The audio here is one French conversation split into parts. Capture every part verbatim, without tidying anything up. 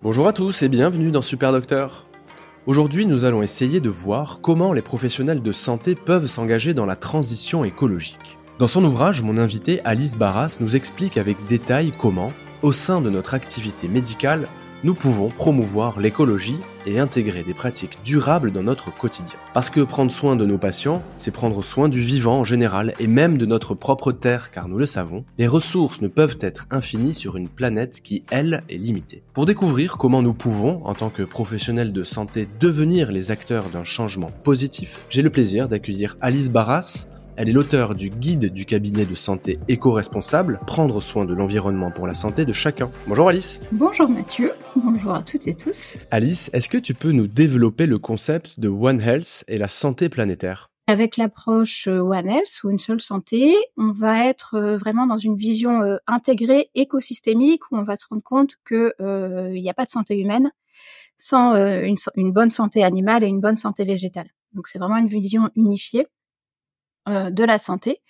Bonjour à tous et bienvenue dans Super Docteur. Aujourd'hui, nous allons essayer de voir comment les professionnels de santé peuvent s'engager dans la transition écologique. Dans son ouvrage, mon invitée Alice Barras nous explique avec détail comment, au sein de notre activité médicale, nous pouvons promouvoir l'écologie et intégrer des pratiques durables dans notre quotidien. Parce que prendre soin de nos patients, c'est prendre soin du vivant en général et même de notre propre terre, car nous le savons, les ressources ne peuvent être infinies sur une planète qui, elle, est limitée. Pour découvrir comment nous pouvons, en tant que professionnels de santé, devenir les acteurs d'un changement positif, j'ai le plaisir d'accueillir Alice Barras. Elle est l'auteure du guide du cabinet de santé éco-responsable, prendre soin de l'environnement pour la santé de chacun. Bonjour Alice. Bonjour Mathieu, bonjour à toutes et tous. Alice, est-ce que tu peux nous développer le concept de One Health et la santé planétaire ? Avec l'approche One Health ou une seule santé, on va être vraiment dans une vision intégrée, écosystémique, où on va se rendre compte qu'il euh, n'y a pas de santé humaine sans euh, une, une bonne santé animale et une bonne santé végétale. Donc c'est vraiment une vision unifiée euh, de la santé.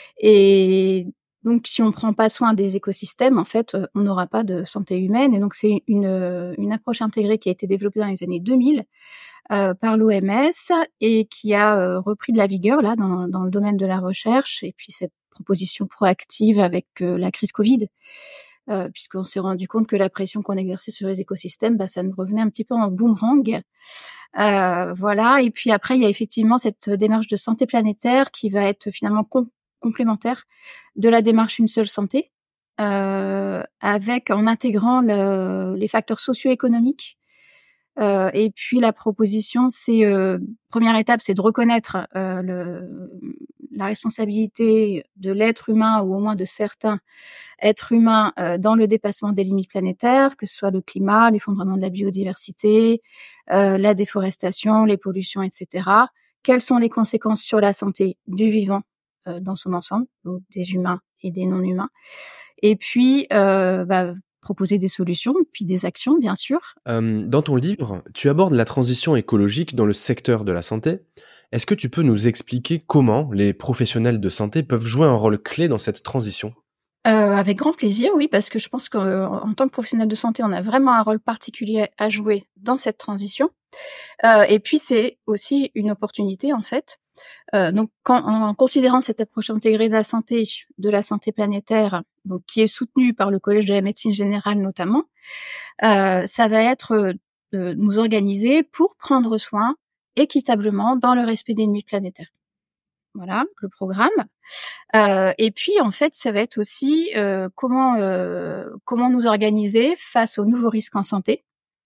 Et donc, si on ne prend pas soin des écosystèmes, en fait, on n'aura pas de santé humaine. Et donc, c'est une, une approche intégrée qui a été développée dans les années deux mille euh, par l'O M S et qui a euh, repris de la vigueur là dans, dans le domaine de la recherche. Et puis, cette proposition proactive avec euh, la crise Covid, euh, puisqu'on s'est rendu compte que la pression qu'on exerçait sur les écosystèmes, bah, ça nous revenait un petit peu en boomerang. Euh, voilà. Et puis après, il y a effectivement cette démarche de santé planétaire qui va être finalement com- complémentaire de la démarche Une seule santé, euh, avec en intégrant le, les facteurs socio-économiques. Euh, et puis la proposition, c'est euh, première étape, c'est de reconnaître euh, le, la responsabilité de l'être humain ou au moins de certains êtres humains euh, dans le dépassement des limites planétaires, que ce soit le climat, l'effondrement de la biodiversité, euh, la déforestation, les pollutions, et cetera. Quelles sont les conséquences sur la santé du vivant euh, dans son ensemble, donc des humains et des non-humains. Et puis, euh, bah, proposer des solutions, puis des actions, bien sûr. Euh, dans ton livre, tu abordes la transition écologique dans le secteur de la santé. Est-ce que tu peux nous expliquer comment les professionnels de santé peuvent jouer un rôle clé dans cette transition ? Euh, avec grand plaisir, oui, parce que je pense qu'en tant que professionnel de santé, on a vraiment un rôle particulier à jouer dans cette transition. Euh, et puis, c'est aussi une opportunité, en fait. Euh, donc, quand, en considérant cette approche intégrée de la santé, de la santé planétaire, donc qui est soutenue par le Collège de la médecine générale notamment, euh, ça va être de nous organiser pour prendre soin équitablement dans le respect des limites planétaires. Voilà, le programme. Euh, et puis, en fait, ça va être aussi euh, comment euh, comment nous organiser face aux nouveaux risques en santé.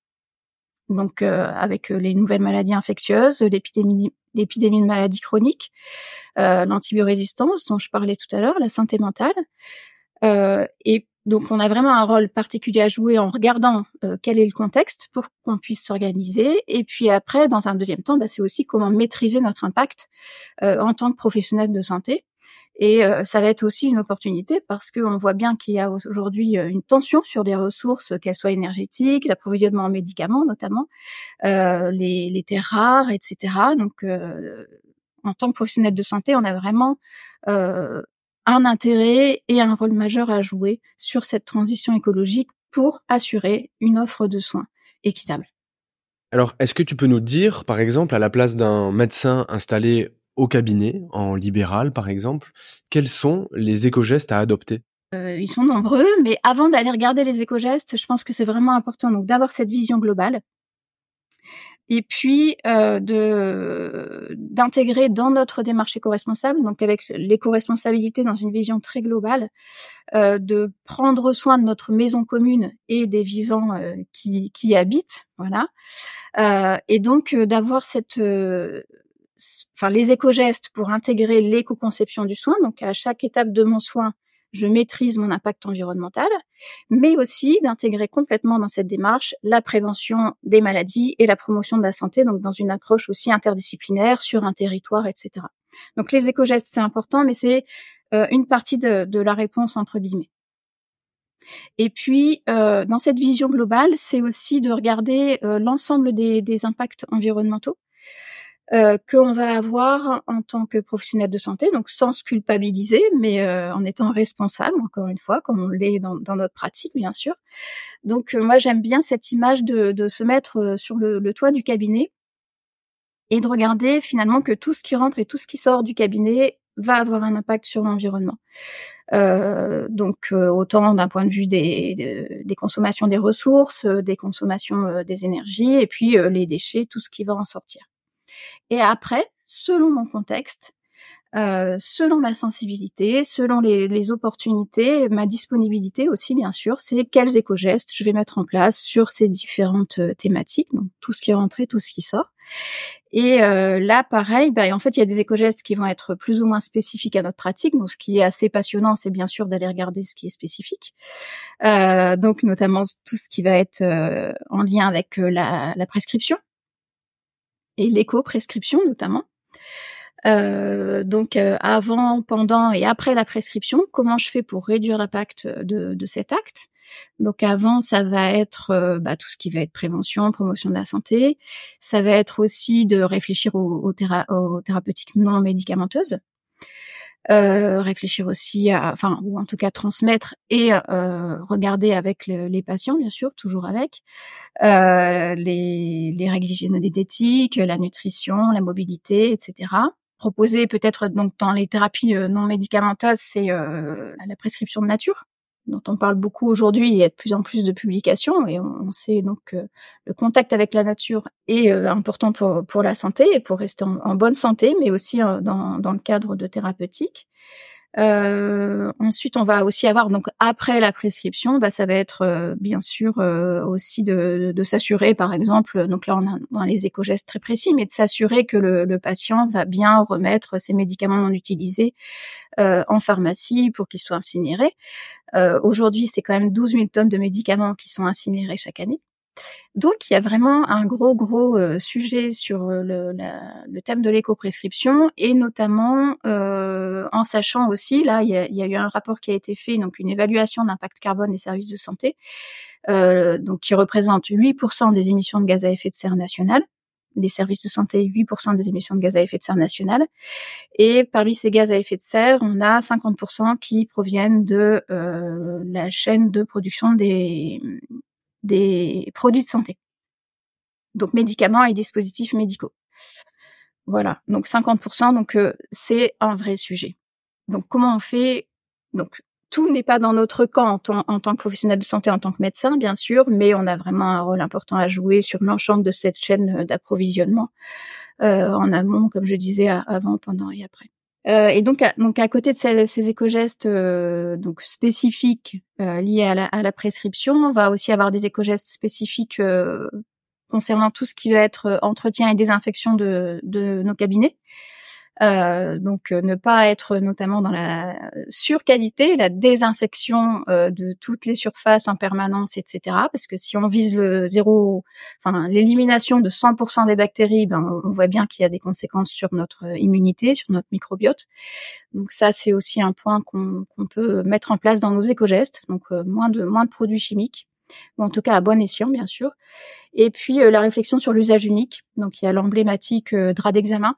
Donc, euh, avec les nouvelles maladies infectieuses, l'épidémie, l'épidémie de maladies chroniques, euh, l'antibiorésistance dont je parlais tout à l'heure, la santé mentale. Euh, et donc, on a vraiment un rôle particulier à jouer en regardant euh, quel est le contexte pour qu'on puisse s'organiser. Et puis après, dans un deuxième temps, bah, c'est aussi comment maîtriser notre impact euh, en tant que professionnel de santé. Et euh, ça va être aussi une opportunité parce qu'on voit bien qu'il y a aujourd'hui une tension sur les ressources, qu'elles soient énergétiques, l'approvisionnement en médicaments notamment, euh, les, les terres rares, et cetera. Donc, euh, en tant que professionnel de santé, on a vraiment euh, un intérêt et un rôle majeur à jouer sur cette transition écologique pour assurer une offre de soins équitable. Alors, est-ce que tu peux nous dire, par exemple, à la place d'un médecin installé au cabinet, en libéral par exemple, quels sont les éco-gestes à adopter ? Euh, ils sont nombreux, mais avant d'aller regarder les éco-gestes, je pense que c'est vraiment important donc d'avoir cette vision globale. Et puis euh, de d'intégrer dans notre démarche éco-responsable, donc avec l'éco-responsabilité dans une vision très globale, euh, de prendre soin de notre maison commune et des vivants euh, qui, qui y habitent, voilà. Euh, et donc euh, d'avoir cette, euh, enfin les éco-gestes pour intégrer l'éco-conception du soin. Donc à chaque étape de mon soin, je maîtrise mon impact environnemental, mais aussi d'intégrer complètement dans cette démarche la prévention des maladies et la promotion de la santé, donc dans une approche aussi interdisciplinaire sur un territoire, et cetera. Donc les éco-gestes, c'est important, mais c'est euh, une partie de, de la réponse, entre guillemets. Et puis, euh, dans cette vision globale, c'est aussi de regarder euh, l'ensemble des, des impacts environnementaux. euh, qu'on va avoir en tant que professionnel de santé, donc sans se culpabiliser, mais euh, en étant responsable, encore une fois, comme on l'est dans, dans notre pratique, bien sûr. Donc euh, moi, j'aime bien cette image de, de se mettre euh, sur le, le toit du cabinet et de regarder finalement que tout ce qui rentre et tout ce qui sort du cabinet va avoir un impact sur l'environnement. Euh, donc euh, autant d'un point de vue des, des, des consommations des ressources, euh, des consommations euh, des énergies, et puis euh, les déchets, tout ce qui va en sortir. Et après, selon mon contexte, euh, selon ma sensibilité, selon les, les opportunités, ma disponibilité aussi bien sûr, c'est quels éco-gestes je vais mettre en place sur ces différentes euh, thématiques, donc tout ce qui est rentré, tout ce qui sort. Et euh, là, pareil, bah, en fait, il y a des éco-gestes qui vont être plus ou moins spécifiques à notre pratique. Donc, ce qui est assez passionnant, c'est bien sûr d'aller regarder ce qui est spécifique. Euh, donc, notamment tout ce qui va être euh, en lien avec euh, la, la prescription et l'éco-prescription, notamment. Euh, donc, euh, avant, pendant et après la prescription, comment je fais pour réduire l'impact de, de cet acte? Donc avant, ça va être euh, bah, tout ce qui va être prévention, promotion de la santé. Ça va être aussi de réfléchir aux, aux, théra- aux thérapeutiques non médicamenteuses. Euh, réfléchir aussi à, enfin, ou en tout cas transmettre et euh, regarder avec le, les patients, bien sûr, toujours avec euh, les, les règles hygiéno-diététiques, la nutrition, la mobilité, et cetera. Proposer peut-être donc dans les thérapies non médicamenteuses, c'est euh, la prescription de nature, dont on parle beaucoup aujourd'hui. Il y a de plus en plus de publications et on, on sait donc que le contact avec la nature est euh, important pour, pour la santé et pour rester en, en bonne santé, mais aussi euh, dans, dans le cadre de thérapeutique. Euh, ensuite, on va aussi avoir, donc après la prescription, bah, ça va être euh, bien sûr euh, aussi de, de s'assurer, par exemple, donc là on a dans les éco-gestes très précis, mais de s'assurer que le, le patient va bien remettre ses médicaments non utilisés euh, en pharmacie pour qu'ils soient incinérés. Euh, aujourd'hui, c'est quand même douze mille tonnes de médicaments qui sont incinérés chaque année. Donc, il y a vraiment un gros, gros euh, sujet sur le, la, le thème de l'éco-prescription et notamment euh, en sachant aussi, là, il y, a, il y a eu un rapport qui a été fait, donc une évaluation d'impact carbone des services de santé, euh, donc qui représente huit pour cent des émissions de gaz à effet de serre nationales. Les services de santé, huit pour cent des émissions de gaz à effet de serre nationales. Et parmi ces gaz à effet de serre, on a cinquante pour cent qui proviennent de euh, la chaîne de production des des produits de santé. Donc médicaments et dispositifs médicaux. Voilà, donc cinquante pour cent, donc euh, c'est un vrai sujet. Donc comment on fait? Donc tout n'est pas dans notre camp en, tant, en tant que professionnel de santé, en tant que médecin, bien sûr, mais on a vraiment un rôle important à jouer sur l'ensemble de cette chaîne d'approvisionnement euh, en amont, comme je disais, avant, pendant et après. Euh, et donc, à, donc à côté de ces, ces éco-gestes euh, donc spécifiques euh, liés à la, à la prescription, on va aussi avoir des éco-gestes spécifiques euh, concernant tout ce qui va être entretien et désinfection de, de nos cabinets. Euh, donc euh, ne pas être notamment dans la surqualité, la désinfection euh, de toutes les surfaces en permanence, et cetera. Parce que si on vise le zéro, enfin l'élimination de cent pour cent des bactéries, ben on voit bien qu'il y a des conséquences sur notre immunité, sur notre microbiote. Donc ça, c'est aussi un point qu'on, qu'on peut mettre en place dans nos éco-gestes. Donc euh, moins de moins de produits chimiques, ou en tout cas à bon escient, bien sûr. Et puis euh, la réflexion sur l'usage unique. Donc il y a l'emblématique euh, drap d'examen.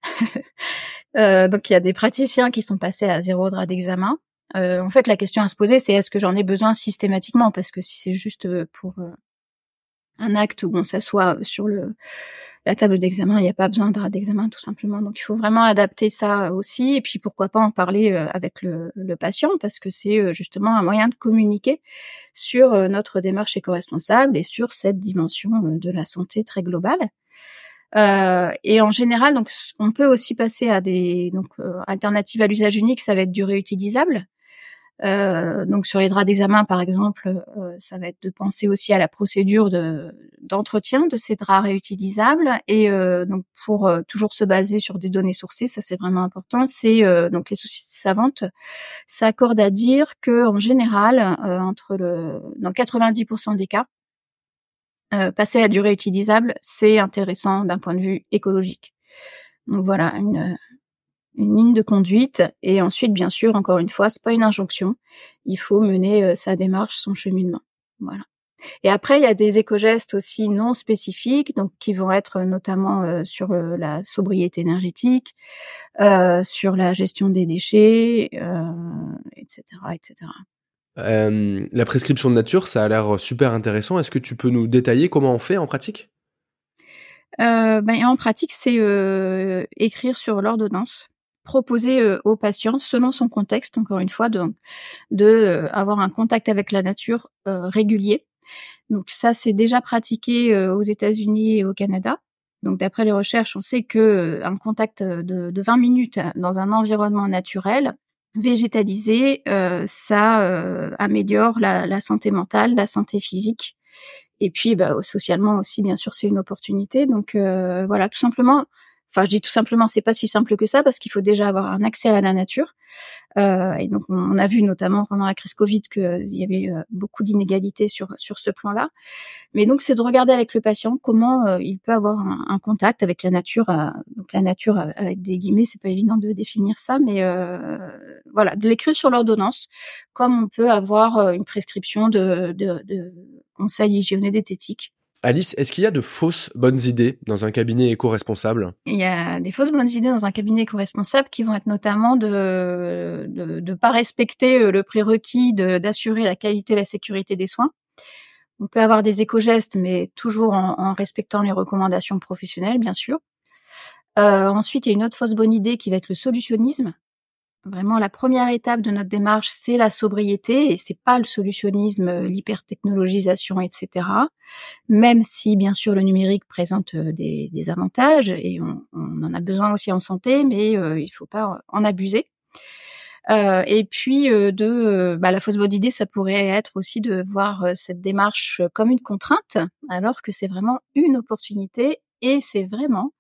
euh, donc il y a des praticiens qui sont passés à zéro drap d'examen. Euh, en fait, la question à se poser, c'est est-ce que j'en ai besoin systématiquement? Parce que si c'est juste pour euh, un acte où on s'assoit sur le la table d'examen, il n'y a pas besoin de drap d'examen, tout simplement. Donc il faut vraiment adapter ça aussi, et puis pourquoi pas en parler euh, avec le, le patient, parce que c'est euh, justement un moyen de communiquer sur euh, notre démarche éco-responsable et sur cette dimension euh, de la santé très globale. Euh, et en général, donc, on peut aussi passer à des donc euh, alternatives à l'usage unique. Ça va être du réutilisable. Euh, donc sur les draps d'examen, par exemple, euh, ça va être de penser aussi à la procédure de d'entretien de ces draps réutilisables. Et euh, donc pour euh, toujours se baser sur des données sourcées, ça c'est vraiment important. C'est euh, donc les sociétés savantes s'accordent à dire que en général, euh, entre le dans quatre-vingt-dix pour cent des cas, Euh, passer à du réutilisable, c'est intéressant d'un point de vue écologique. Donc voilà, une, une ligne de conduite. Et ensuite, bien sûr, encore une fois, c'est pas une injonction. Il faut mener euh, sa démarche, son cheminement. Voilà. Et après, il y a des éco-gestes aussi non spécifiques, donc qui vont être notamment euh, sur euh, la sobriété énergétique, euh, sur la gestion des déchets, euh, et cetera, et cetera. Euh, la prescription de nature, ça a l'air super intéressant. Est-ce que tu peux nous détailler comment on fait en pratique ? Euh, ben, en pratique, c'est euh, écrire sur l'ordonnance, proposer euh, au patient, selon son contexte, encore une fois, de, de euh, avoir un contact avec la nature euh, régulier. Donc ça, c'est déjà pratiqué euh, aux États-Unis et au Canada. Donc d'après les recherches, on sait que euh, un contact de, de vingt minutes dans un environnement naturel, végétalisé, euh, ça euh, améliore la, la santé mentale, la santé physique. Et puis, bah, socialement aussi, bien sûr, c'est une opportunité. Donc, euh, voilà, tout simplement. Enfin, je dis tout simplement, c'est pas si simple que ça parce qu'il faut déjà avoir un accès à la nature. Euh, et donc, on a vu notamment pendant la crise Covid qu'il y avait euh, beaucoup d'inégalités sur sur ce plan-là. Mais donc, c'est de regarder avec le patient comment euh, il peut avoir un, un contact avec la nature. Euh, donc, la nature euh, avec des guillemets, c'est pas évident de définir ça, mais euh, voilà, de l'écrire sur l'ordonnance, comme on peut avoir euh, une prescription de, de, de conseils hygiéno-diététiques. Alice, est-ce qu'il y a de fausses bonnes idées dans un cabinet éco-responsable ? Il y a des fausses bonnes idées dans un cabinet éco-responsable qui vont être notamment de de, de pas respecter le prérequis de, d'assurer la qualité et la sécurité des soins. On peut avoir des éco-gestes, mais toujours en, en respectant les recommandations professionnelles, bien sûr. Euh, ensuite, il y a une autre fausse bonne idée qui va être le solutionnisme. Vraiment, la première étape de notre démarche, c'est la sobriété, et c'est pas le solutionnisme, l'hypertechnologisation, et cetera. Même si, bien sûr, le numérique présente des, des avantages, et on, on en a besoin aussi en santé, mais euh, il faut pas en abuser. Euh, et puis, euh, de, euh, bah, la fausse bonne idée, ça pourrait être aussi de voir euh, cette démarche comme une contrainte, alors que c'est vraiment une opportunité, et c'est vraiment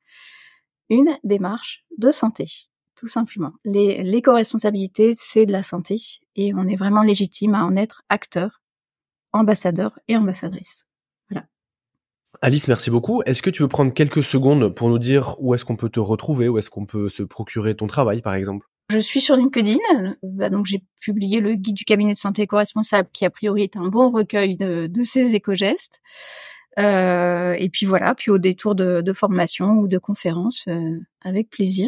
une démarche de santé. Tout simplement. Les, l'éco-responsabilité, c'est de la santé et on est vraiment légitime à en être acteur, ambassadeur et ambassadrice. Voilà. Alice, merci beaucoup. Est-ce que tu veux prendre quelques secondes pour nous dire où est-ce qu'on peut te retrouver, où est-ce qu'on peut se procurer ton travail, par exemple ? Je suis sur LinkedIn, bah donc j'ai publié le guide du cabinet de santé éco-responsable qui a priori est un bon recueil de, de ces éco-gestes. Euh, et puis voilà, puis au détour de, de formation ou de conférences, euh, avec plaisir.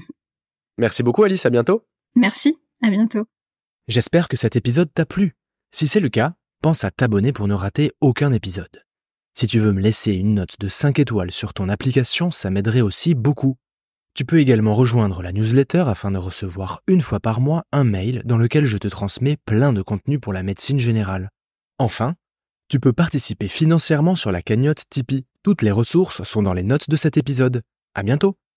Merci beaucoup Alice, à bientôt. Merci, à bientôt. J'espère que cet épisode t'a plu. Si c'est le cas, pense à t'abonner pour ne rater aucun épisode. Si tu veux me laisser une note de cinq étoiles sur ton application, ça m'aiderait aussi beaucoup. Tu peux également rejoindre la newsletter afin de recevoir une fois par mois un mail dans lequel je te transmets plein de contenu pour la médecine générale. Enfin, tu peux participer financièrement sur la cagnotte Tipeee. Toutes les ressources sont dans les notes de cet épisode. À bientôt!